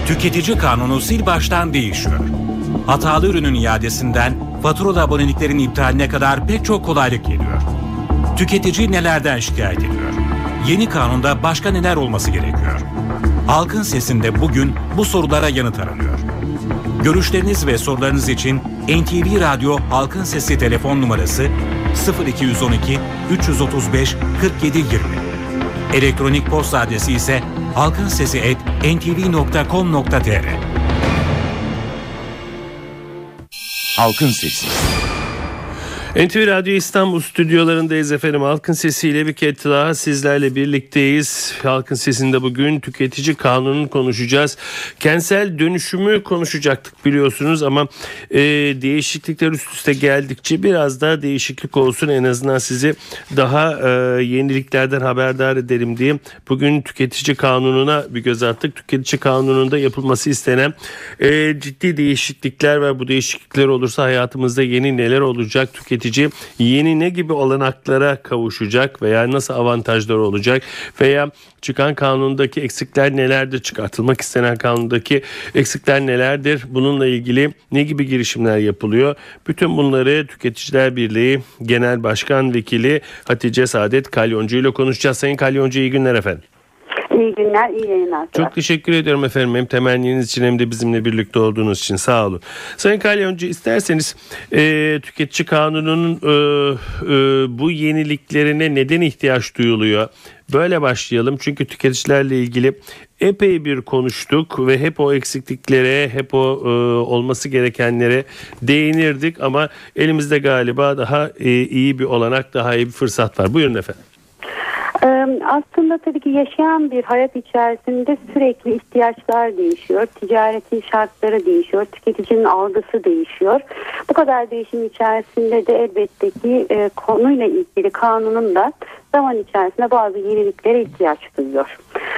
Tüketici kanunu sil baştan değişiyor. Hatalı ürünün iadesinden faturalı aboneliklerin iptaline kadar pek çok kolaylık geliyor. Tüketici nelerden şikayet ediyor? Yeni kanunda başka neler olması gerekiyor? Halkın Sesi'nde bugün bu sorulara yanıt aranıyor. Görüşleriniz ve sorularınız için NTV Radyo Halkın Sesi telefon numarası 0212 335 4720. Elektronik posta adresi ise halkinsesi@ntv.com.tr. Halkın Sesi. NTV Radyo İstanbul stüdyolarındayız efendim. Halkın Sesi ile bir kez daha sizlerle birlikteyiz. Halkın Sesi'nde bugün tüketici kanununu konuşacağız. Kentsel dönüşümü konuşacaktık biliyorsunuz ama değişiklikler üst üste geldikçe biraz daha değişiklik olsun, en azından sizi daha yeniliklerden haberdar edelim diye bugün tüketici kanununa bir göz attık. Tüketici kanununda yapılması istenen ciddi değişiklikler var. Bu değişiklikler olursa hayatımızda yeni neler olacak? Tüketici yeni ne gibi olanaklara kavuşacak veya nasıl avantajları olacak veya çıkan kanundaki eksikler nelerdir, çıkartılmak istenen kanundaki eksikler nelerdir, bununla ilgili ne gibi girişimler yapılıyor? Bütün bunları Tüketiciler Birliği Genel Başkan Vekili Hatice Saadet Kalyoncu ile konuşacağız. Sayın Kalyoncu, iyi günler efendim. İyi günler, iyi yayınlar. Çok teşekkür ediyorum efendim. Hem temenniniz için hem de bizimle birlikte olduğunuz için sağ olun. Sayın Kalyoncu, isterseniz tüketici kanununun bu yeniliklerine neden ihtiyaç duyuluyor? Böyle başlayalım, çünkü tüketicilerle ilgili epey bir konuştuk ve hep o eksikliklere, hep o olması gerekenlere değinirdik ama elimizde galiba daha iyi bir olanak, daha iyi bir fırsat var. Buyurun efendim. Aslında tabii ki yaşayan bir hayat içerisinde sürekli ihtiyaçlar değişiyor. Ticaretin şartları değişiyor. Tüketicinin algısı değişiyor. Bu kadar değişim içerisinde de elbette ki konuyla ilgili kanunun da zaman içerisinde bazı yeniliklere ihtiyaç duyuyor.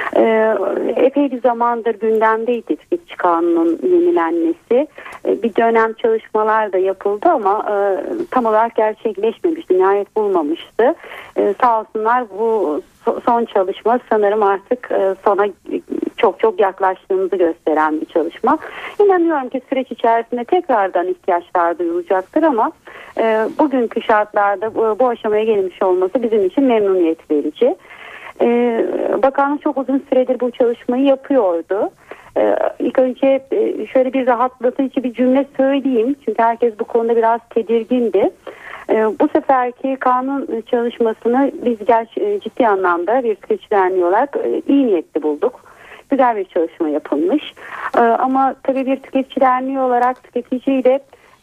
Epey bir zamandır gündemdeydi tüketici kanunun yenilenmesi. Bir dönem çalışmalar da yapıldı ama tam olarak gerçekleşmemişti, nihayet bulmamıştı. Sağ olsunlar, bu son çalışma sanırım artık sona çok yaklaştığımızı gösteren bir çalışma. İnanıyorum ki süreç içerisinde tekrardan ihtiyaçlar duyulacaktır ama bugünkü şartlarda bu aşamaya gelmiş olması bizim için memnuniyet verici. Bakanlık çok uzun süredir bu çalışmayı yapıyordu. İlk önce şöyle bir rahatlatıcı bir cümle söyleyeyim. Çünkü herkes bu konuda biraz tedirgindi. Bu seferki kanun çalışmasını biz ciddi anlamda bir tüketici derneği olarak iyi niyetli bulduk. Güzel bir çalışma yapılmış. Ama tabii bir tüketici derneği olarak tüketiciyle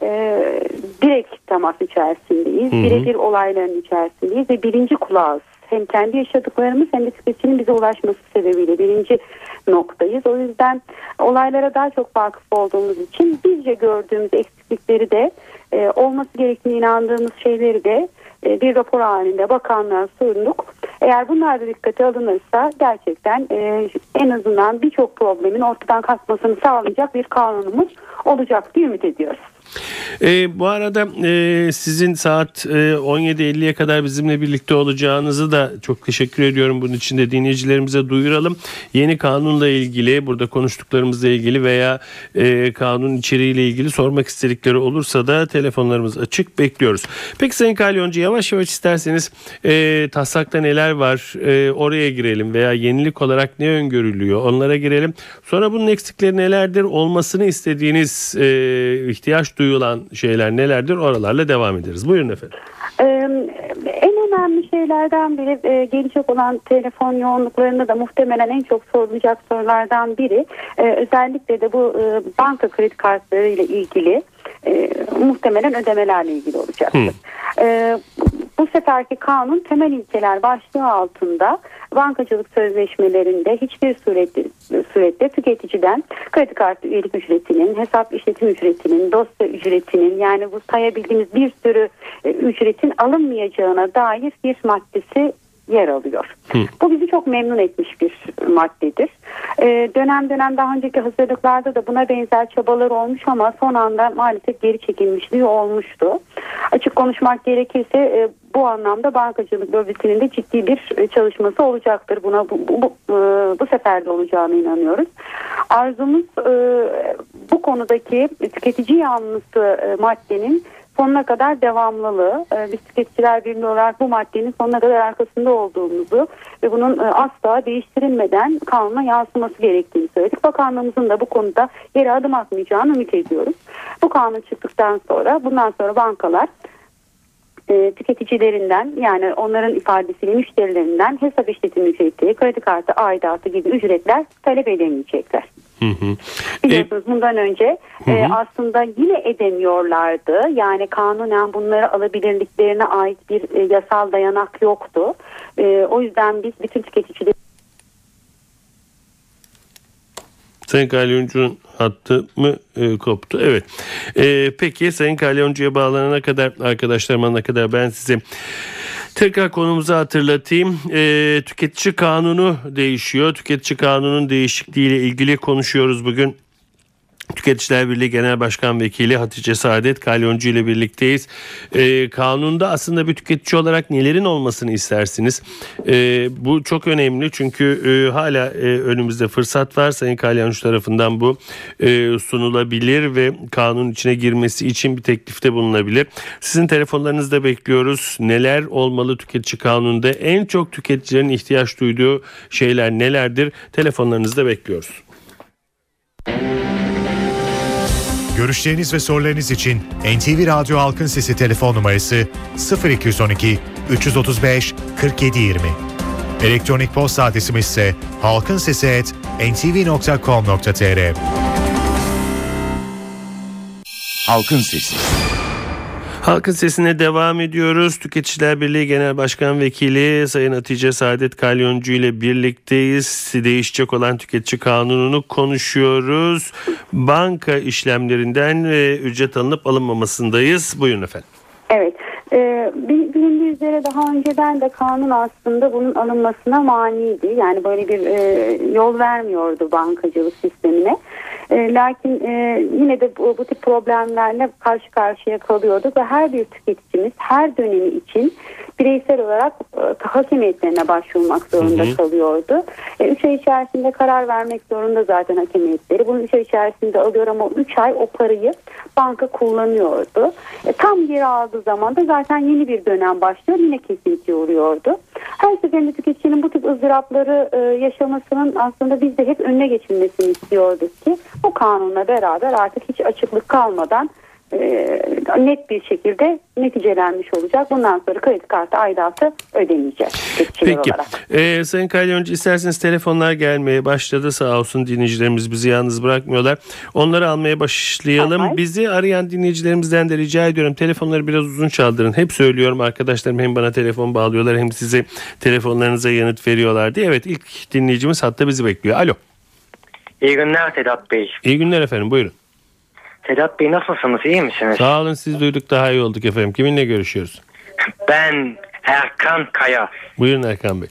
direkt temas içerisindeyiz. Birebir olayların içerisindeyiz ve birinci kulağız. Hem kendi yaşadıklarımız hem de tüketicinin bize ulaşması sebebiyle birinci noktayız. O yüzden olaylara daha çok vakıf olduğumuz için bizce gördüğümüz eksiklikleri de olması gerektiğine inandığımız şeyleri de bir rapor halinde bakanlığa sunduk. Eğer bunlar da dikkate alınırsa gerçekten en azından birçok problemin ortadan kalkmasını sağlayacak bir kanunumuz olacak diye ümit ediyoruz. Bu arada sizin saat 17.50'ye kadar bizimle birlikte olacağınızı da çok teşekkür ediyorum. Bunun için de dinleyicilerimize duyuralım. Yeni kanunla ilgili, burada konuştuklarımızla ilgili veya kanun içeriğiyle ilgili sormak istedikleri olursa da telefonlarımız açık, bekliyoruz. Peki Sayın Kalyoncu, yavaş yavaş isterseniz taslakta neler var oraya girelim veya yenilik olarak ne öngörülüyor onlara girelim. Sonra bunun eksikleri nelerdir, olmasını istediğiniz ihtiyaç duyulan şeyler nelerdir, oralarla devam ederiz. Buyurun efendim. En önemli şeylerden biri, gelecek olan telefon yoğunluklarında da muhtemelen en çok sorulacak sorulardan biri özellikle de bu banka kredi kartları ile ilgili muhtemelen ödemelerle ilgili olacaktır. Bu seferki kanun temel ilkeler başlığı altında bankacılık sözleşmelerinde hiçbir surette tüketiciden kredi kartı üyelik ücretinin, hesap işletim ücretinin, dosya ücretinin, yani bu sayabildiğimiz bir sürü ücretin alınmayacağına dair bir maddesi yer alıyor. Bu bizi çok memnun etmiş bir maddedir. Dönem dönem daha önceki hazırlıklarda da buna benzer çabalar olmuş ama son anda maalesef geri çekilmişliği olmuştu. Açık konuşmak gerekirse bu anlamda bankacılık bölgesinin de ciddi bir çalışması olacaktır. Buna bu sefer de olacağına inanıyoruz. Arzumuz bu konudaki tüketici yanlısı maddenin sonuna kadar devamlılığı. Biz Tüketiciler Birliği olarak bu maddenin sonuna kadar arkasında olduğumuzu ve bunun asla değiştirilmeden kanuna yansıması gerektiğini söyledik. Bakanlığımızın da bu konuda yere adım atmayacağını ümit ediyoruz. Bu kanun çıktıktan sonra bundan sonra bankalar tüketicilerinden, yani onların ifadesiyle müşterilerinden hesap işletim ücreti, kredi kartı aidatı gibi ücretler talep edemeyecekler. Biliyorsunuz bundan önce aslında yine edemiyorlardı. Yani kanunen bunları alabilirliklerine ait bir yasal dayanak yoktu. O yüzden biz bütün tüketicileri... Sayın Kalyoncu'nun hattı mı koptu? Evet. Peki Sayın Kalyoncu'ya bağlanana kadar, arkadaşlarıma kadar ben size tekrar konumuzu hatırlatayım. Tüketici kanunu değişiyor. Tüketici kanunun değişikliğiyle ilgili konuşuyoruz bugün. Tüketiciler Birliği Genel Başkan Vekili Hatice Saadet Kalyoncu ile birlikteyiz. Kanunda aslında bir tüketici olarak nelerin olmasını istersiniz? Bu çok önemli çünkü hala önümüzde fırsat var. Sayın Kalyoncu tarafından bu sunulabilir ve kanun içine girmesi için bir teklifte bulunabilir. Sizin telefonlarınızı da bekliyoruz. Neler olmalı tüketici kanununda? En çok tüketicilerin ihtiyaç duyduğu şeyler nelerdir? Telefonlarınızı da bekliyoruz. Görüşleriniz ve sorularınız için NTV Radyo Halkın Sesi telefon numarası 0212 335 4720. Elektronik posta adresimiz ise halkinsesi@ntv.com.tr. Halkın Sesi. Halkın Sesi'ne devam ediyoruz. Tüketiciler Birliği Genel Başkan Vekili Sayın Hatice Saadet Kalyoncu ile birlikteyiz. Değişecek olan tüketici kanununu konuşuyoruz. Banka işlemlerinden ücret alınıp alınmamasındayız. Buyurun efendim. Evet. Bilindiği üzere daha önceden de kanun aslında bunun alınmasına maniydi. Yani böyle bir yol vermiyordu bankacılık sistemine. Lakin yine de bu tip problemlerle karşı karşıya kalıyorduk ve her bir tüketicimiz her dönemi için bireysel olarak hakemiyetlerine başvurmak zorunda kalıyordu. 3 ay içerisinde karar vermek zorunda zaten hakemiyetleri. Bunu 3 ay içerisinde alıyor ama 3 ay o parayı banka kullanıyordu. Tam geri aldığı zaman da zaten yeni bir dönem başlıyor. Yine kesintiye uğruyordu. Her seferinde tüketicinin bu tip ızdırapları yaşamasının aslında biz de hep önüne geçilmesini istiyorduk ki bu kanunla beraber artık hiç açıklık kalmadan net bir şekilde neticelenmiş olacak. Bundan sonra kredi kartı aidatı ödemeyeceğiz. Peki. Sayın Kalyoncu, isterseniz telefonlar gelmeye başladı. Sağ olsun dinleyicilerimiz bizi yalnız bırakmıyorlar. Onları almaya başlayalım. Aha. Bizi arayan dinleyicilerimizden de rica ediyorum. Telefonları biraz uzun çaldırın. Hep söylüyorum, arkadaşlarım hem bana telefon bağlıyorlar hem size telefonlarınıza yanıt veriyorlar diye. Evet, ilk dinleyicimiz hatta bizi bekliyor. Alo. İyi günler Sedat Bey. İyi günler efendim, buyurun. Sedat Bey nasılsınız? İyi misiniz? Sağ olun, siz duyduk daha iyi olduk efendim. Kiminle görüşüyoruz? Ben Erkan Kaya. Buyurun Erkan Bey.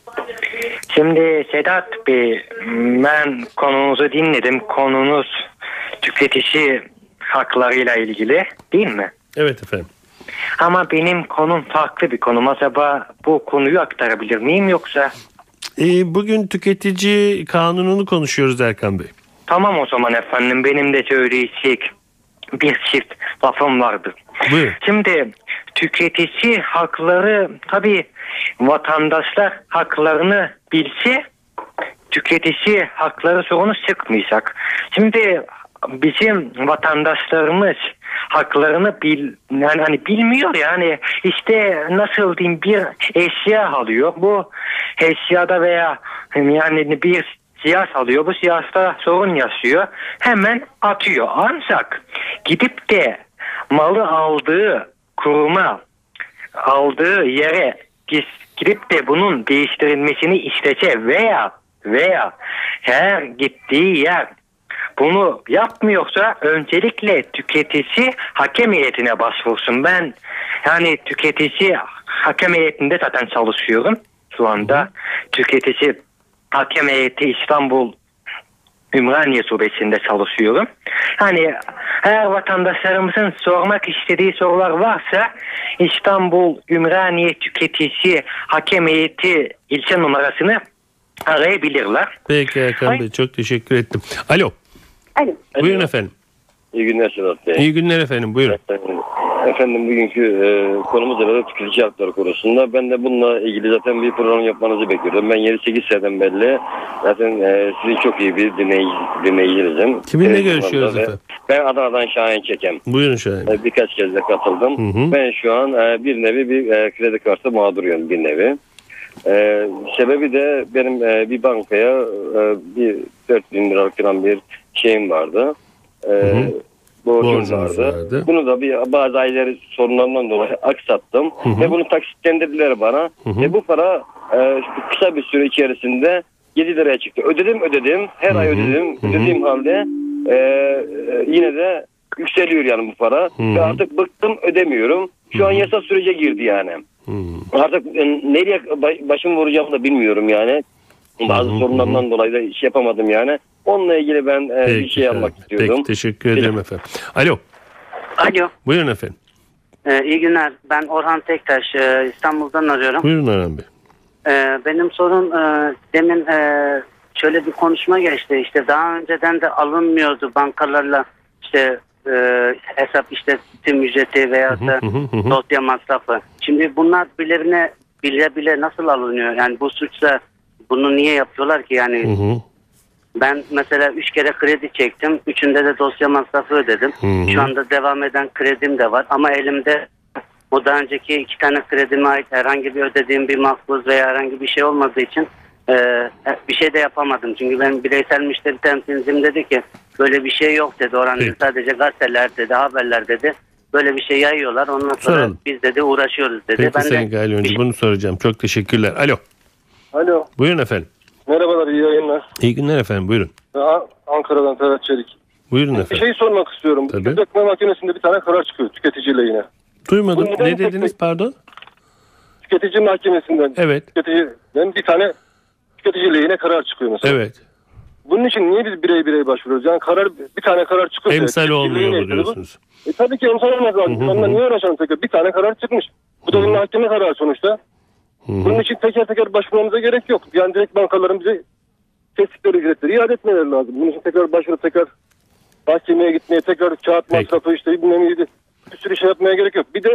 Şimdi Sedat Bey, ben konunuzu dinledim. Konunuz tüketici haklarıyla ilgili değil mi? Evet efendim. Ama benim konum farklı bir konum. Acaba bu konuyu aktarabilir miyim yoksa? Bugün tüketici kanununu konuşuyoruz Erkan Bey. Tamam o zaman efendim, benim de söyleyecek bir çift lafım vardı. Buyurun. Şimdi tüketici hakları, tabii vatandaşlar haklarını bilse tüketici hakları sorunu çıkmayacak. Şimdi bizim vatandaşlarımız haklarını bilmiyor yani, işte nasıl diyeyim, bir eşya alıyor, bu eşyada veya yani bir cihaz alıyor, bu cihazda sorun yaşıyor, hemen atıyor. Ancak gidip de malı aldığı kuruma, aldığı yere gidip de bunun değiştirilmesini istese veya her gittiği yer bunu yapmıyorsa öncelikle tüketici hakem heyetine başvursun. Ben yani tüketici hakem heyetinde zaten çalışıyorum şu anda. Tüketici hakem heyeti İstanbul Ümraniye Şubesi'nde çalışıyorum. Hani eğer vatandaşlarımızın sormak istediği sorular varsa İstanbul Ümraniye Tüketici Hakem Heyeti ilçe numarasını arayabilirler. Peki Erkan Bey, çok teşekkür ettim. Alo. Alo. Buyurun efendim. İyi günler Sedat Bey. İyi günler efendim. Buyurun. Efendim bugünkü konumuz da tüketici hakları konusunda. Ben de bununla ilgili zaten bir program yapmanızı bekliyordum. Ben 7-8 seneden belli zaten sizin çok iyi bir dinleyicilizim. Kiminle görüşüyoruz efendim? Ben Adana'dan Şahin Çekem. Buyurun Şahin. Birkaç kez de katıldım. Ben şu an bir nevi bir kredi kartı mağduruyum bir nevi. Sebebi de benim bir bankaya bir 4.000 liralık falan bir şeyim vardı. Borcum vardı. Bunu da bazı aileleri sorunlarından dolayı aksattım. Ve bunu taksitlendirdiler bana. Ve bu para kısa bir süre içerisinde 7 liraya çıktı. Ödedim. Her ay ödedim. Ödediğim halde yine de yükseliyor yani bu para. Ve artık bıktım, ödemiyorum. Şu an yasa sürece girdi yani. Artık nereye başımı vuracağımı da bilmiyorum yani. Bazı sorunlardan dolayı da iş yapamadım yani. Onunla ilgili ben bir şey almak istiyordum. Peki, teşekkür ederim efendim. Alo. Alo. Buyurun efendim. İyi günler. Ben Orhan Tektaş. İstanbul'dan arıyorum. Buyurun Orhan Bey. Benim sorum demin şöyle bir konuşma geçti. İşte daha önceden de alınmıyordu bankalarla işte hesap işletim ücreti veya da dosya masrafı. Şimdi bunlar bile nasıl alınıyor? Yani bu suçsa bunu niye yapıyorlar ki yani? Ben mesela 3 kere kredi çektim. 3'ünde de dosya masrafı ödedim. Şu anda devam eden kredim de var. Ama elimde o daha önceki 2 tane kredime ait herhangi bir ödediğim bir makbuz veya herhangi bir şey olmadığı için bir şey de yapamadım. Çünkü ben bireysel müşteri temsilcim dedi ki böyle bir şey yok dedi. Oranda sadece gazeteler dedi, haberler dedi. Böyle bir şey yayıyorlar. Ondan sonra biz dedi uğraşıyoruz dedi. Peki ben Sayın Galyoncu bunu soracağım. Çok teşekkürler. Alo. Alo. Buyurun efendim. Merhabalar, iyi yayınlar. İyi günler efendim, buyurun. Ankara'dan Ferhat Çelik. Buyurun Bir efendim. şey sormak istiyorum. Tüketme mahkemesinde bir tane karar çıkıyor tüketici lehine. Duymadım. Ne dediniz pardon? Tüketici mahkemesinden. Evet. Bir tane tüketici lehine karar çıkıyor mesela. Evet. Bunun için niye biz birey başvuruyoruz? Yani bir tane karar çıkıyor. Emsal olmuyor mu diyorsunuz? Tabii ki emsal olmaz lazım. Onunla niye uğraşalım tekrar? Bir tane karar çıkmış. Bu da bir mahkeme kararı sonuçta. Bunun için teker başvurmamıza gerek yok. Yani direkt bankaların bize kestikleri ücretleri iade etmeleri lazım. Bunun için tekrar başvurup tekrar mahkemeye gitmeye, tekrar kağıt masrafı bir sürü şey yapmaya gerek yok. Bir de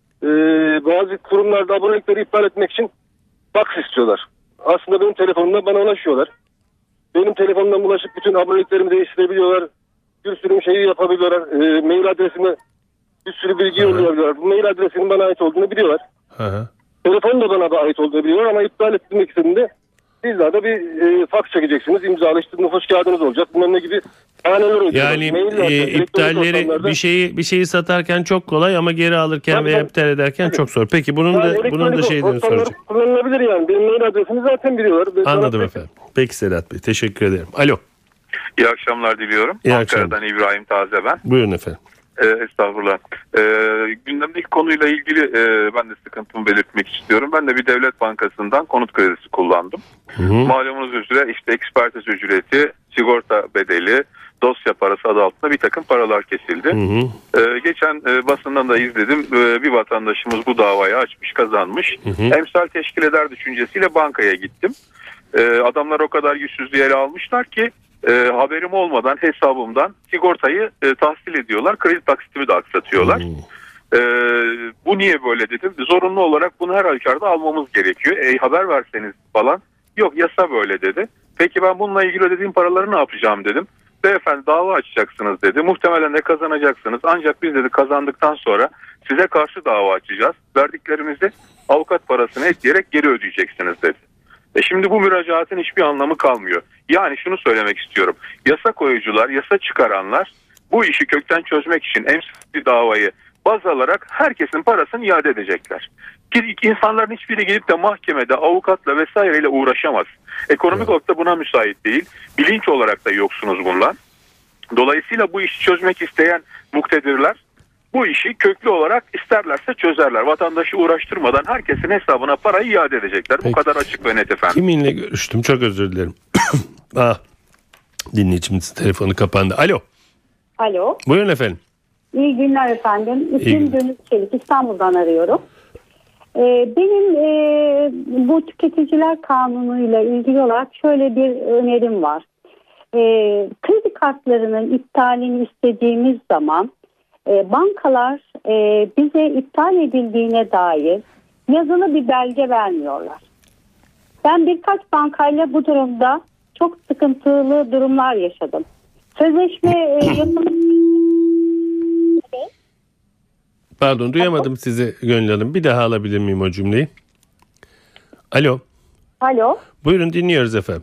bazı kurumlarda abonelikleri iptal etmek için fax istiyorlar. Aslında benim telefonumdan bana ulaşıyorlar. Benim telefonumdan ulaşıp bütün aboneliklerimi değiştirebiliyorlar. Bir sürü şeyi yapabiliyorlar. Mail adresime bir sürü bilgi yollayabiliyorlar. Bu mail adresinin bana ait olduğunu biliyorlar. Telefon da bana da ait olduğunu biliyorlar ama iptal etmek istediğinde sizler de bir fax çekeceksiniz. İmzalı işte nüfus kağıdınız olacak. Bunun ne gibi haneler oluyor. Yani iptalleri bir şeyi satarken çok kolay ama geri alırken veya iptal ederken çok zor. Peki bunun da şeylerini soracağım. Kullanılabilir yani. Benim mail adresimi zaten biliyorlar. Anladım efendim. Peki Sedat Bey, teşekkür ederim. Alo. İyi akşamlar diliyorum. İyi Ankara'dan akşamlar. İbrahim Taze ben. Buyurun efendim. Estağfurullah. Gündemdeki konuyla ilgili ben de sıkıntımı belirtmek istiyorum. Ben de bir devlet bankasından konut kredisi kullandım. Malumunuz üzere işte ekspertiz ücreti, sigorta bedeli, dosya parası adı altında bir takım paralar kesildi. Geçen basından da izledim. Bir vatandaşımız bu davayı açmış, kazanmış. Emsal teşkil eder düşüncesiyle bankaya gittim. Adamlar o kadar yüzsüzlüğü ele almışlar ki haberim olmadan hesabımdan sigortayı tahsil ediyorlar. Kredi taksitimi de aksatıyorlar. Bu niye böyle dedim. Zorunlu olarak bunu her halükarda almamız gerekiyor. Haber verseniz falan. Yok, yasa böyle dedi. Peki ben bununla ilgili ödediğim paraları ne yapacağım dedim. Beyefendi dava açacaksınız dedi. Muhtemelen de kazanacaksınız. Ancak biz dedi kazandıktan sonra size karşı dava açacağız. Verdiklerimizi avukat parasını ekleyerek geri ödeyeceksiniz dedi. Şimdi bu müracaatın hiçbir anlamı kalmıyor. Yani şunu söylemek istiyorum. Yasa koyucular, yasa çıkaranlar bu işi kökten çözmek için emsal davayı baz alarak herkesin parasını iade edecekler. İnsanların hiçbiri gidip de mahkemede avukatla vesaireyle uğraşamaz. Ekonomik olarak da buna müsait değil. Bilinç olarak da yoksunuz bundan. Dolayısıyla bu işi çözmek isteyen muktedirler bu işi köklü olarak isterlerse çözerler. Vatandaşı uğraştırmadan herkesin hesabına parayı iade edecekler. Peki. Bu kadar açık ve net efendim. Kiminle görüştüm? Çok özür dilerim. Dinleyicimizin telefonu kapandı. Alo. Alo. Buyurun efendim. İyi günler efendim. İsmim Gönül Çelik. İstanbul'dan arıyorum. Benim bu tüketiciler kanunuyla ilgili olarak şöyle bir önerim var. kredi kartlarının iptalini istediğimiz zaman bankalar bize iptal edildiğine dair yazılı bir belge vermiyorlar. Ben birkaç bankayla bu durumda çok sıkıntılı durumlar yaşadım. Sözleşme yapılıp... Pardon, duyamadım sizi Gönül Hanım. Bir daha alabilir miyim o cümleyi? Alo. Alo. Buyurun, dinliyoruz efendim.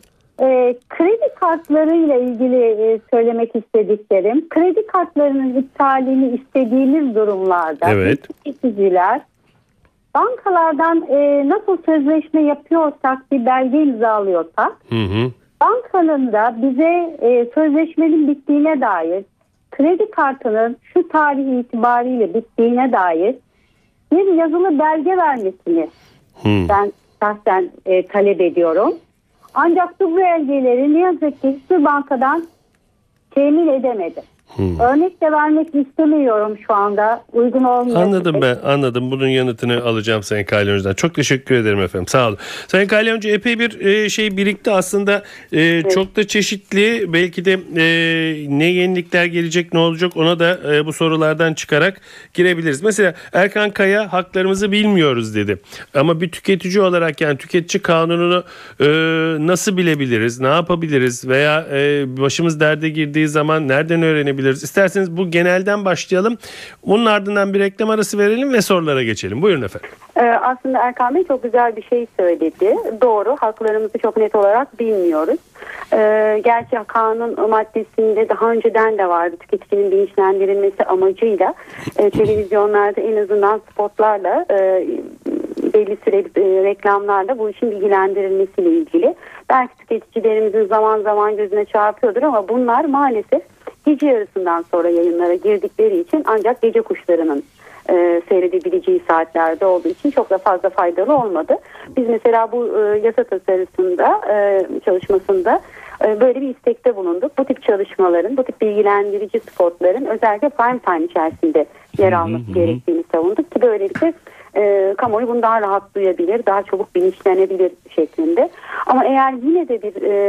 Kredi kartlarıyla ilgili söylemek istediklerim. Kredi kartlarının iptalini istediğimiz durumlarda tüketiciler bankalardan nasıl sözleşme yapıyorsak, bir belge imzalıyorsak, bankanın da bize sözleşmenin bittiğine dair, kredi kartının şu tarih itibariyle bittiğine dair bir yazılı belge vermesini ben şahsen talep ediyorum. Ancak bu belgeleri ne yazık ki hiçbir bankadan temin edemedi. Örnek de vermek istemiyorum şu anda. Uygun olmuyor. Anladım. Bunun yanıtını alacağım Sayın Kalyoncu'dan. Çok teşekkür ederim efendim. Sağ olun. Sayın Kalyoncu, epey bir şey birikti aslında. Çok da çeşitli. Belki de ne yenilikler gelecek, ne olacak, ona da bu sorulardan çıkarak girebiliriz. Mesela Erkan Kaya haklarımızı bilmiyoruz dedi. Ama bir tüketici olarak, yani tüketici kanununu nasıl bilebiliriz? Ne yapabiliriz? Veya başımız derde girdiği zaman nereden öğrenebiliriz? İsterseniz bu genelden başlayalım. Bunun ardından bir reklam arası verelim ve sorulara geçelim. Buyurun efendim. Aslında Erkan Bey çok güzel bir şey söyledi. Doğru, haklarımızı çok net olarak bilmiyoruz. Gerçi kanun maddesinde daha önceden de vardı, tüketicinin bilinçlendirilmesi amacıyla televizyonlarda en azından spotlarla belli süreli reklamlarla bu işin bilgilendirilmesiyle ilgili. Belki tüketicilerimizin zaman zaman gözüne çarpıyordur ama bunlar maalesef gece yarısından sonra yayınlara girdikleri için ancak gece kuşlarının seyredebileceği saatlerde olduğu için çok da fazla faydalı olmadı. Biz mesela bu yasa tasarısında çalışmasında böyle bir istekte bulunduk. Bu tip çalışmaların, bu tip bilgilendirici spotların özellikle prime time içerisinde yer alması gerektiğini savunduk ki böylelikle kamuoyu bunu daha rahat duyabilir, daha çabuk bilinçlenebilir şeklinde. Ama eğer yine de bir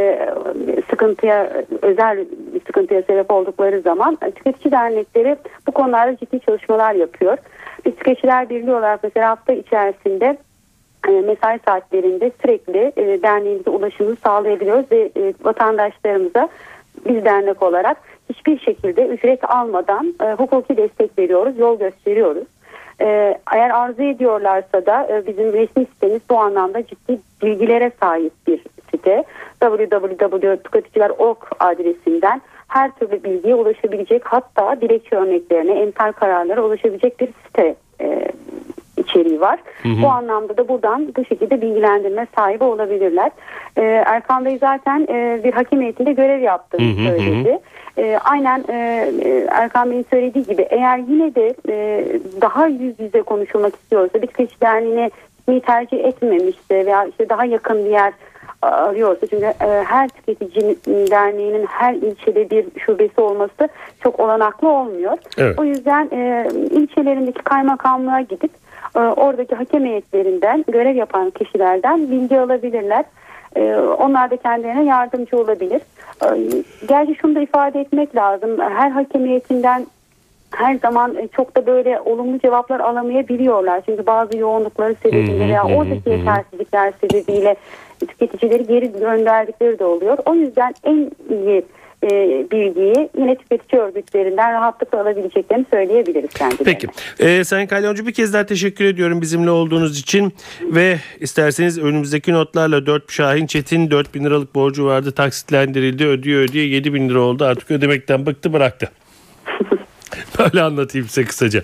özel bir sıkıntıya sebep oldukları zaman tüketici dernekleri bu konularda ciddi çalışmalar yapıyor. Biz Tüketiciler Birliği olarak mesela hafta içerisinde mesai saatlerinde sürekli derneğimize ulaşımını sağlayabiliyoruz ve vatandaşlarımıza biz dernek olarak hiçbir şekilde ücret almadan hukuki destek veriyoruz, yol gösteriyoruz. Eğer arzu ediyorlarsa da bizim resmi sitemiz bu anlamda ciddi bilgilere sahip bir site. www.tukaticiler.org adresinden her türlü bilgiye ulaşabilecek, hatta dilekçe örneklerine, emsal kararlara ulaşabilecek bir site içeriği var. Bu anlamda da buradan bu şekilde bilgilendirme sahibi olabilirler. Erkan Bey zaten bir hakim heyetinde görev yaptığını söyledi. Aynen Erkan Bey'in söylediği gibi eğer yine de daha yüz yüze konuşulmak istiyorsa, bir tüketici derneğine gitmeyi tercih etmemişse veya işte daha yakın bir yer arıyorsa, çünkü her tüketici derneğinin her ilçede bir şubesi olması çok olanaklı olmuyor. Evet. O yüzden ilçelerindeki kaymakamlığa gidip oradaki hakem heyetlerinden görev yapan kişilerden bilgi alabilirler. Onlar da kendilerine yardımcı olabilir. Gerçi şunu da ifade etmek lazım. Her hakem heyetinden her zaman çok da böyle olumlu cevaplar alamayabiliyorlar. Çünkü bazı yoğunlukları sebebiyle veya oradaki yetersizlikler sebebiyle tüketicileri geri gönderdikleri de oluyor. O yüzden en iyi bilgiyi yine tüketici örgütlerinden rahatlıkla alabileceklerini söyleyebiliriz kendilerine. Peki. Sayın Kalyoncu, bir kez daha teşekkür ediyorum bizimle olduğunuz için ve isterseniz önümüzdeki notlarla 4 Şahin Çetin 4.000 liralık borcu vardı, taksitlendirildi, ödüyor 7.000 lira oldu, artık ödemekten bıktı, bıraktı. Böyle anlatayım size kısaca.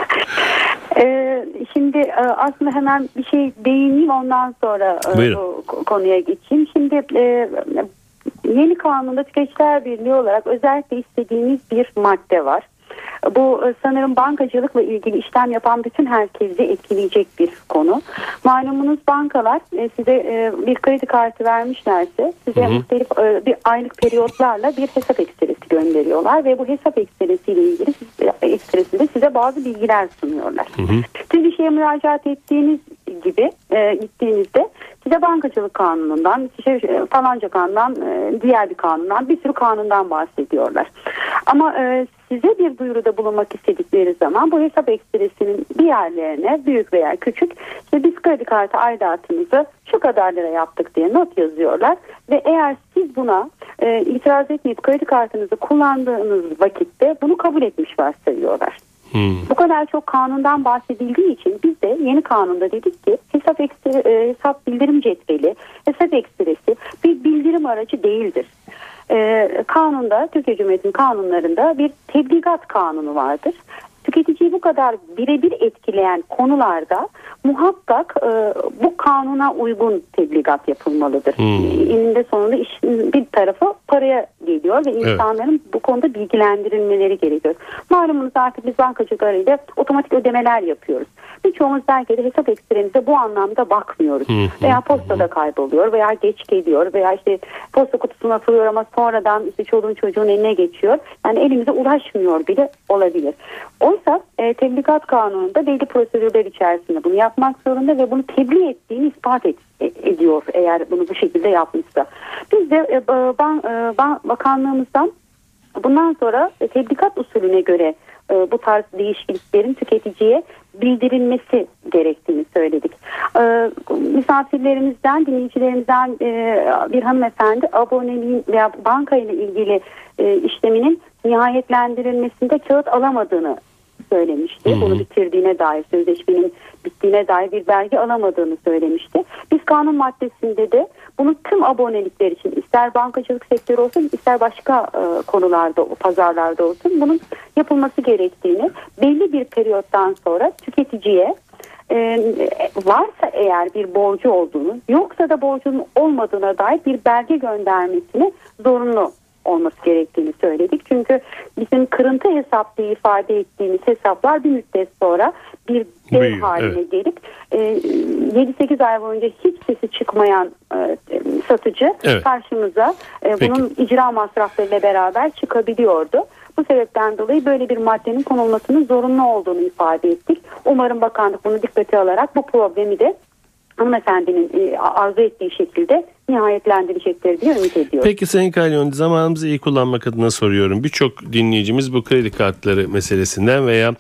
Şimdi aslında hemen bir şey değineyim, ondan sonra bu konuya geçeyim. Şimdi yeni kanunda Tüketiciler Birliği olarak özellikle istediğimiz bir madde var. Bu sanırım bankacılıkla ilgili işlem yapan bütün herkesi etkileyecek bir konu. Malumunuz bankalar size bir kredi kartı vermişlerse size muhtelif bir aylık periyotlarla bir hesap ekstresi gönderiyorlar ve bu hesap ekstresiyle ilgili size bazı bilgiler sunuyorlar. Siz bir şeye müracaat ettiğiniz gibi gittiğinizde size bankacılık kanunundan, falanca kanundan, diğer bir kanundan, bir sürü kanundan bahsediyorlar. Ama size bir duyuruda bulunmak istedikleri zaman bu hesap ekstresinin bir yerlerine, büyük veya küçük, işte biz kredi kartı aidatınızı şu kadar lira yaptık diye not yazıyorlar ve eğer siz buna itiraz etmeyip kredi kartınızı kullandığınız vakitte bunu kabul etmiş varsayıyorlar. Bu kadar çok kanundan bahsedildiği için biz de yeni kanunda dedik ki hesap bildirim cetveli, hesap ekstresi bir bildirim aracı değildir. Kanunda, Türkiye Cumhuriyeti'nin kanunlarında bir tebligat kanunu vardır. Tüketiciyi bu kadar birebir etkileyen konularda muhakkak bu kanuna uygun tebligat yapılmalıdır. Eninde sonunda işin bir tarafı paraya geliyor ve insanların bu konuda bilgilendirilmeleri gerekiyor. Malumunuz artık biz bankacılıklarıyla otomatik ödemeler yapıyoruz. Birçoğumuz belki de hesap ekstremize bu anlamda bakmıyoruz. Veya postada kayboluyor veya geç geliyor veya işte posta kutusuna atılıyor ama sonradan işte çoluğun çocuğun eline geçiyor. Yani elimize ulaşmıyor bile olabilir. Oysa tebligat kanununda belli prosedürler içerisinde bunu yapmak zorunda ve bunu tebliğ ettiğini ispat ediyor eğer bunu bu şekilde yapmışsa. Biz de bakanlığımızdan bundan sonra tebligat usulüne göre bu tarz değişikliklerin tüketiciye bildirilmesi gerektiğini söyledik. Misafirlerimizden, dinleyicilerimizden bir hanımefendi aboneliğin veya bankayla ilgili işleminin nihayetlendirilmesinde kağıt alamadığını söylemişti. Bunu bitirdiğine dair, sözleşmenin bittiğine dair bir belge alamadığını söylemişti. Biz kanun maddesinde de bunun tüm abonelikler için, ister bankacılık sektörü olsun ister başka konularda, pazarlarda olsun bunun yapılması gerektiğini, belli bir periyottan sonra tüketiciye varsa eğer bir borcu olduğunu, yoksa da borcunun olmadığına dair bir belge göndermesini zorunlu olması gerektiğini söyledik. Çünkü bizim kırıntı hesap diye ifade ettiğimiz hesaplar bir müddet sonra bir dev haline gelip 7-8 ay boyunca hiç sesi çıkmayan satıcı karşımıza bunun icra masraflarıyla beraber çıkabiliyordu. Bu sebepten dolayı böyle bir maddenin konulmasının zorunlu olduğunu ifade ettik. Umarım bakanlık bunu dikkate alarak bu problemi de hanımefendinin arzu ettiği şekilde nihayetlendirecektir diye ümit ediyorum. Peki Sayın Kalyon, zamanımızı iyi kullanmak adına soruyorum. Birçok dinleyicimiz bu kredi kartları meselesinden veya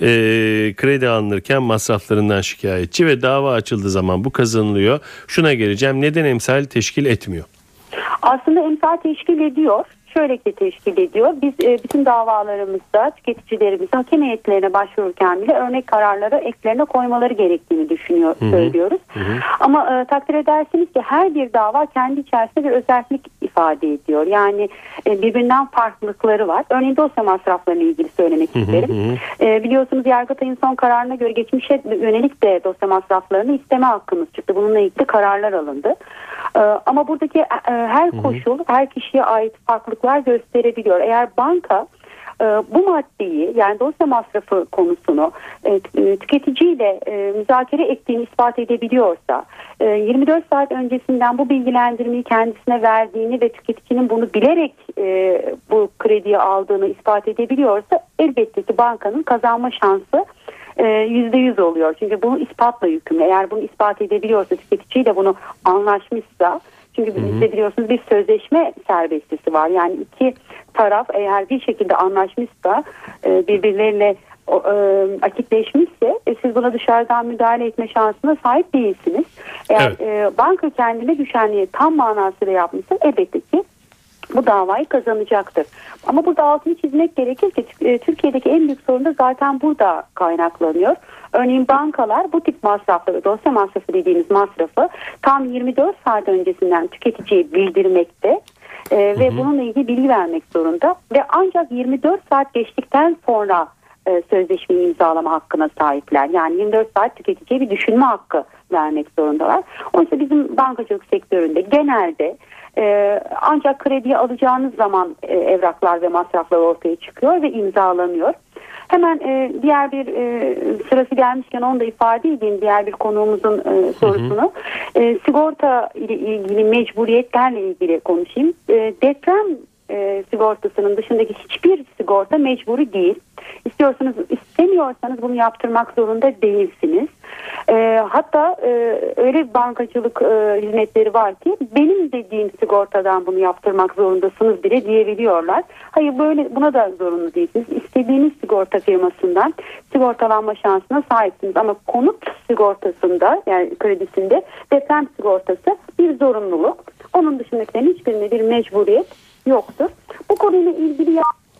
kredi alınırken masraflarından şikayetçi ve dava açıldığı zaman bu kazanılıyor. Şuna geleceğim, neden emsal teşkil etmiyor? Aslında emsal teşkil ediyor. Şöyle ki teşkil ediyor. Biz bütün davalarımızda tüketicilerimizin hakem heyetlerine başvururken bile örnek kararları eklerine koymaları gerektiğini söylüyoruz. Ama takdir edersiniz ki her bir dava kendi içerisinde bir özellik ifade ediyor. Yani birbirinden farklılıkları var. Örneğin dosya masraflarına ilgili söylemek isterim. Biliyorsunuz Yargıtay'ın son kararına göre geçmişe yönelik de dosya masraflarını isteme hakkımız çıktı. Bununla ilgili kararlar alındı. Ama buradaki her koşul her kişiye ait farklılıklar gösterebiliyor. Eğer banka bu maddeyi, yani dosya masrafı konusunu tüketiciyle müzakere ettiğini ispat edebiliyorsa, 24 saat öncesinden bu bilgilendirmeyi kendisine verdiğini ve tüketicinin bunu bilerek bu krediyi aldığını ispat edebiliyorsa elbette ki bankanın kazanma şansı %100 oluyor. Çünkü bunu ispatla yükümlü. Eğer bunu ispat edebiliyorsa, tüketiciyle bunu anlaşmışsa, çünkü bizde biliyorsunuz bir sözleşme serbestisi var. Yani iki taraf eğer bir şekilde anlaşmışsa, birbirleriyle akitleşmişse siz buna dışarıdan müdahale etme şansına sahip değilsiniz. Eğer banka kendine düşenliği tam manasıyla yapmışsa elbette ki bu davayı kazanacaktır. Ama burada altını çizmek gerekir ki Türkiye'deki en büyük sorun da zaten burada kaynaklanıyor. Örneğin bankalar bu tip masrafları, dosya masrafı dediğimiz masrafı tam 24 saat öncesinden tüketiciye bildirmekte ve bununla ilgili bilgi vermek zorunda ve ancak 24 saat geçtikten sonra sözleşmeyi imzalama hakkına sahipler. Yani 24 saat tüketiciye bir düşünme hakkı vermek zorundalar. Oysa bizim bankacılık sektöründe genelde ancak krediyi alacağınız zaman evraklar ve masraflar ortaya çıkıyor ve imzalanıyor. Hemen diğer bir sırası gelmişken onu da ifade edeyim, diğer bir konuğumuzun sorusunu. Sigorta ile ilgili mecburiyetlerle ilgili konuşayım. Deprem sigortasının dışındaki hiçbir sigorta mecburi değil. İstiyorsanız, istemiyorsanız bunu yaptırmak zorunda değilsiniz. Hatta öyle bir bankacılık hizmetleri var ki benim dediğim sigortadan bunu yaptırmak zorundasınız bile diyebiliyorlar. Hayır, böyle buna da zorunlu değilsiniz. İstediğiniz sigorta firmasından sigortalanma şansına sahipsiniz. Ama konut sigortasında, yani kredisinde deprem sigortası bir zorunluluk. Onun dışındakilerin hiçbirine bir mecburiyet yoktur. Bu konuyla ilgili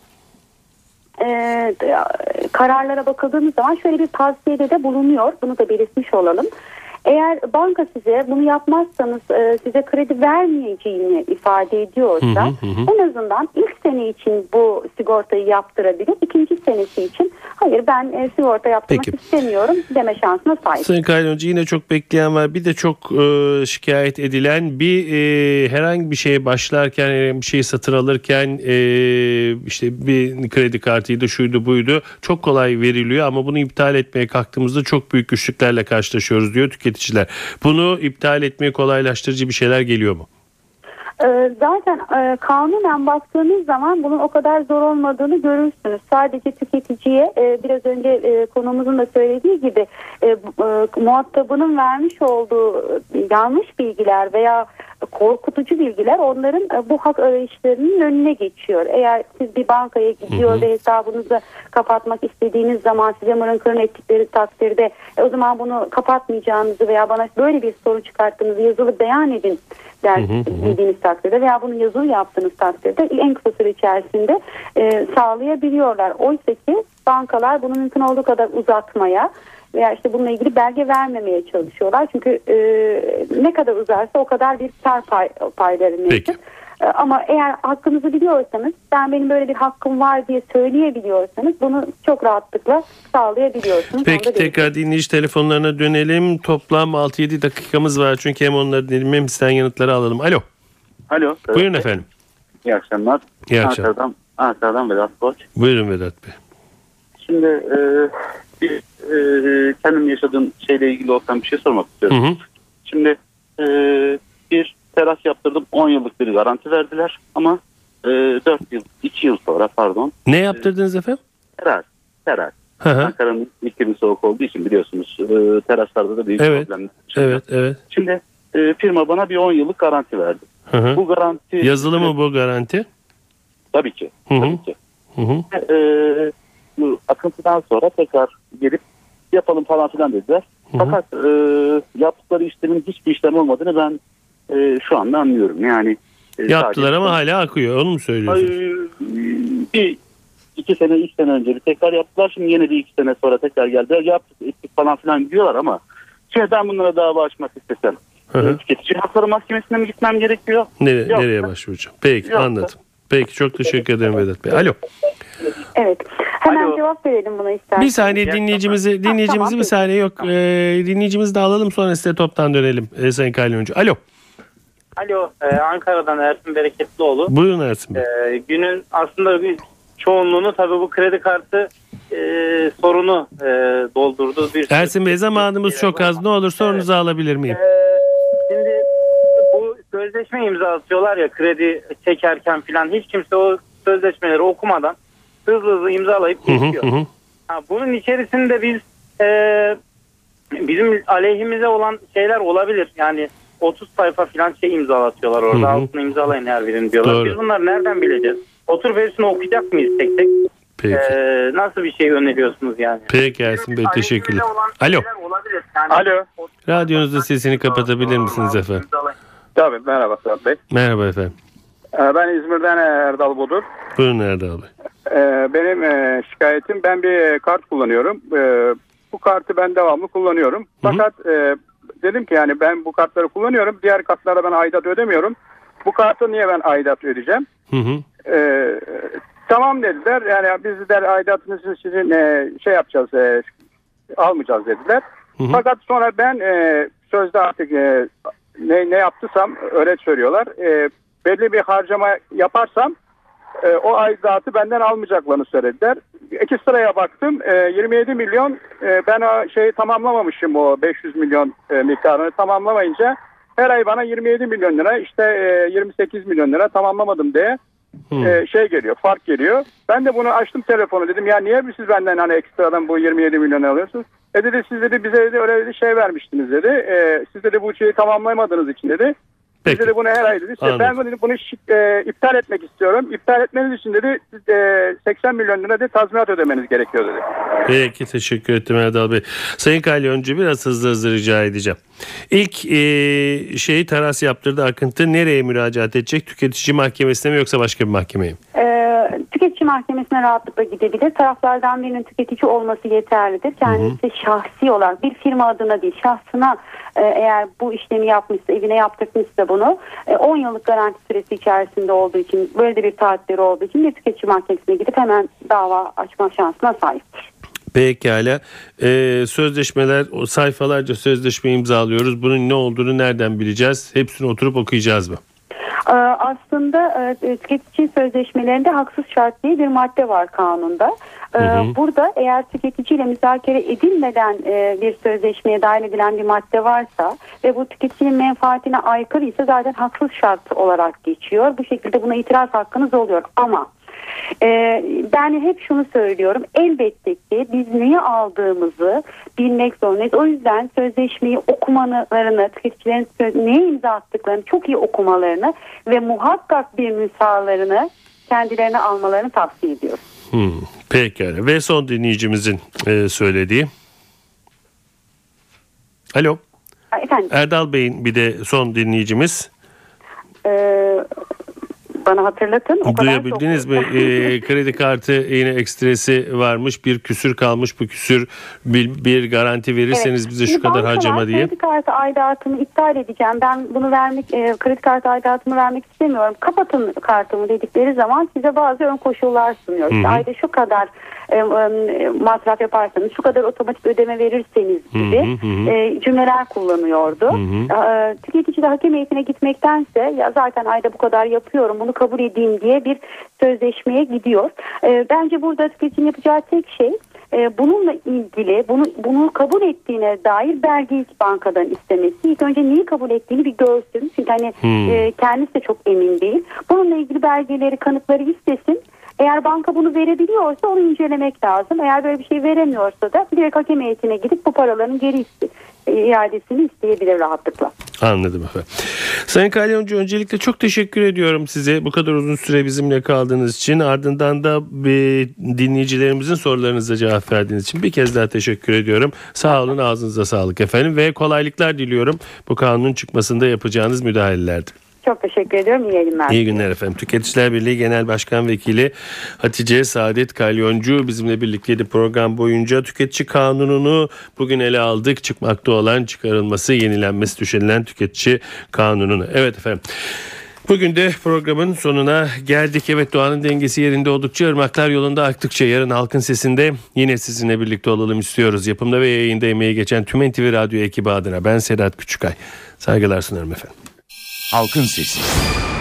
kararlara bakıldığımız zaman şöyle bir tavsiyede de bulunuyor. Bunu da belirtmiş olalım. Eğer banka size bunu yapmazsanız size kredi vermeyeceğini ifade ediyorsa en azından ilk sene için bu sigortayı yaptırabilir. İkinci senesi için hayır, ben sigorta yaptırmak istemiyorum deme şansına sahip. Sayın Kalyoncu, yine çok bekleyen var. Bir de çok şikayet edilen, herhangi bir şeye başlarken, bir şeyi satın alırken işte bir kredi kartıydı, şuydu buydu, çok kolay veriliyor ama bunu iptal etmeye kalktığımızda çok büyük güçlüklerle karşılaşıyoruz diyor tüketiciler. Bunu iptal etmeye kolaylaştırıcı bir şeyler geliyor mu? Zaten kanunen baktığınız zaman bunun o kadar zor olmadığını görürsünüz. Sadece tüketiciye biraz önce konumuzun da söylediği gibi muhatabının vermiş olduğu yanlış bilgiler veya korkutucu bilgiler onların bu hak arayışlarının önüne geçiyor. Eğer siz bir bankaya gidiyor ve hesabınızı kapatmak istediğiniz zaman size mırın kırın ettikleri takdirde o zaman bunu kapatmayacağınızı veya bana böyle bir sorun çıkarttığınızı yazılı beyan edin dediğiniz takdirde veya bunu yazılı yaptığınız takdirde en kısa süre içerisinde sağlayabiliyorlar. Oysa ki bankalar bunu mümkün olduğu kadar uzatmaya veya işte bununla ilgili belge vermemeye çalışıyorlar. Çünkü ne kadar uzarsa o kadar bir kar payları mevcut. Ama eğer hakkınızı biliyorsanız, benim böyle bir hakkım var diye söyleyebiliyorsanız bunu çok rahatlıkla sağlayabiliyorsunuz. Peki, tekrar dinleyici telefonlarına dönelim. Toplam 6-7 dakikamız var çünkü hem onları dinleyelim hem sizden yanıtları alalım. Alo. Alo. Buyurun efendim. İyi akşamlar. İyi akşamlar. Ankara'dan Vedat Koç. Buyurun Vedat Bey. Şimdi kendim yaşadığım şeyle ilgili olsam bir şey sormak istiyorum. Şimdi bir teras yaptırdım. 10 yıllık bir garanti verdiler ama 2 yıl sonra Ne yaptırdınız efendim? Teras. Ankara'nın iklimi soğuk olduğu için biliyorsunuz teraslarda da büyük problemler. Evet. Şimdi firma bana bir 10 yıllık garanti verdi. Bu garanti... Yazılı mı bu garanti? Tabii ki. Bu akıntıdan sonra tekrar gelip yapalım falan filan dediler. Fakat yaptıkları işlemin hiçbir işlem olmadığını ben şu anda anlıyorum. Yani yaptılar ama hala akıyor. Onu mu söylüyorsunuz? Bir 3 sene önce bir tekrar yaptılar. Şimdi yine bir 2 sene sonra tekrar geldiler. Yaptık ettik falan filan diyorlar ama şimdi ben bunlara dava açmak istesem Tüketici Hakları Mahkemesi'ne mi gitmem gerekiyor? Nereye başvuracağım? Peki, anladım. Peki, çok teşekkür ederim Vedat Bey. Alo. Evet. Hemen cevap verelim buna isterseniz. Bir saniye dinleyicimizi bir saniye yok. Dinleyicimizi de alalım, sonra size toptan dönelim Sayın Kalyoncu. Alo. Alo. Ankara'dan Ersin Bereketlioğlu. Buyurun Ersin Bey. Günün aslında bir çoğunluğunu tabii bu kredi kartı sorunu doldurdu. Ersin Bey, zamanımız çok az. Ne olur sorunuzu alabilir miyim? Şimdi bu sözleşme imzalatıyorlar ya kredi çekerken falan, hiç kimse o sözleşmeleri okumadan hızlı imzalayıp geçiyor. Bunun içerisinde bizim aleyhimize olan şeyler olabilir. Yani 30 sayfa falan imzalatıyorlar orada. Altını imzalayın her birini diyorlar. Doğru. Biz bunları nereden bileceğiz? Oturup hepsini okuyacak mıyız tek tek? Peki. Nasıl bir şey öneriyorsunuz yani? Peki Ersin Bey, teşekkürler. Alo. Yani Alo. Radyonuzda sesini kapatabilir misiniz efendim? Tabii, merhaba Sedat Bey. Merhaba efendim. Ben İzmir'den Erdal Bodur. Buyurun Erdal Bey. Benim şikayetim, ben bir kart kullanıyorum. Bu kartı ben devamlı kullanıyorum. Fakat dedim ki yani ben bu kartları kullanıyorum. Diğer kartlara ben aidat ödemiyorum. Bu kartı niye ben aidat ödeyeceğim? Tamam dediler. Yani biz de aidatınızı sizin yapacağız, almayacağız dediler. Fakat sonra ben sözde artık ne yaptıysam öyle söylüyorlar. Belli bir harcama yaparsam o aidatı benden almayacaklarını söylediler. Ekstraya baktım, 27 milyon ben o şeyi tamamlamamışım, o 500 milyon miktarını tamamlamayınca her ay bana 27 milyon lira, işte 28 milyon lira tamamlamadım diye geliyor, fark geliyor. Ben de bunu açtım telefonu, dedim ya niye siz benden hani ekstradan bu 27 milyon alıyorsunuz? Dedi siz dedi bize dedi öyle dedi şey vermiştiniz dedi. Siz dedi bu şeyi tamamlayamadığınız için dedi. Biz dedi bunu her ay dedi. Ben dedi, bunu iptal etmek istiyorum. İptal etmeniz için dedi 80 milyon lira dedi tazminat ödemeniz gerekiyor dedi. Peki, teşekkür ettim Erdal Bey. Sayın Kalyoncu, biraz hızlı rica edeceğim. İlk taras yaptırdı Akıntı. Nereye müracaat edecek? Tüketici mahkemesine mi yoksa başka bir mahkemeye mi? Tüketici mahkemesine rahatlıkla gidebilir. Taraflardan birinin tüketici olması yeterlidir. Kendisi şahsi olarak bir firma adına değil, şahsına eğer bu işlemi yapmışsa, evine yaptırmışsa bunu 10 yıllık garanti süresi içerisinde olduğu için, böyle de bir taahhütleri olduğu için de tüketici mahkemesine gidip hemen dava açma şansına sahiptir. Pekala. Sözleşmeler, sayfalarca sözleşme imzalıyoruz. Bunun ne olduğunu nereden bileceğiz? Hepsini oturup okuyacağız mı? Aslında tüketici sözleşmelerinde haksız şart diye bir madde var kanunda. Burada eğer tüketiciyle müzakere edilmeden bir sözleşmeye dahil edilen bir madde varsa ve bu tüketicinin menfaatine aykırı ise zaten haksız şart olarak geçiyor. Bu şekilde buna itiraz hakkınız oluyor. Ama ben hep şunu söylüyorum. Elbette ki biz neyi aldığımızı bilmek zorundayız. O yüzden sözleşmeyi okumalarını, tüketicilerin neye imza attıklarını çok iyi okumalarını ve muhakkak bir müsalarını kendilerine almalarını tavsiye ediyoruz. Pekala. Ve son dinleyicimizin söylediği. Alo. Efendim? Erdal Bey'in bir de son dinleyicimiz. Bana hatırlatın. Duyabildiniz mi? Kredi kartı yine ekstresi varmış. Bir küsür kalmış. Bu küsür bir garanti verirseniz bize şu kadar harcama diye. Kredi kartı aidatını iptal edeceğim. Ben bunu kredi kartı aidatımı vermek istemiyorum. Kapatın kartımı dedikleri zaman size bazı ön koşullar sunuyor. İşte ayda şu kadar masraf yaparsanız, şu kadar otomatik ödeme verirseniz gibi cümleler kullanıyordu. Tüketici de hakem heyetine gitmektense ya zaten ayda bu kadar yapıyorum, bunu kabul edeyim diye bir sözleşmeye gidiyor. Bence burada tüketicinin yapacağı tek şey bununla ilgili bunu kabul ettiğine dair belge ilk bankadan istemesi. İlk önce neyi kabul ettiğini bir görsün. Çünkü kendisi de çok emin değil. Bununla ilgili belgeleri, kanıtları istesin. Eğer banka bunu verebiliyorsa onu incelemek lazım. Eğer böyle bir şey veremiyorsa da direkt hakem heyetine gidip bu paraların geri iadesini isteyebilir rahatlıkla. Anladım efendim. Sayın Kalyoncu, öncelikle çok teşekkür ediyorum size bu kadar uzun süre bizimle kaldığınız için. Ardından da dinleyicilerimizin sorularınıza cevap verdiğiniz için bir kez daha teşekkür ediyorum. Sağ olun, ağzınıza sağlık efendim ve kolaylıklar diliyorum bu kanunun çıkmasında yapacağınız müdahalelerde. Çok teşekkür ediyorum. İyi yayınlar. İyi günler efendim. Tüketiciler Birliği Genel Başkan Vekili Hatice Saadet Kalyoncu bizimle birlikteydi program boyunca. Tüketici kanununu bugün ele aldık. Çıkmakta olan, çıkarılması, yenilenmesi düşünülen tüketici kanununu. Evet efendim. Bugün de programın sonuna geldik. Evet, doğanın dengesi yerinde oldukça, ırmaklar yolunda aktıkça yarın Halkın Sesi'nde yine sizinle birlikte olalım istiyoruz. Yapımda ve yayında emeği geçen tüm NTV Radyo ekibi adına ben Sedat Küçükay. Saygılar sunarım efendim. Halkın Sesi.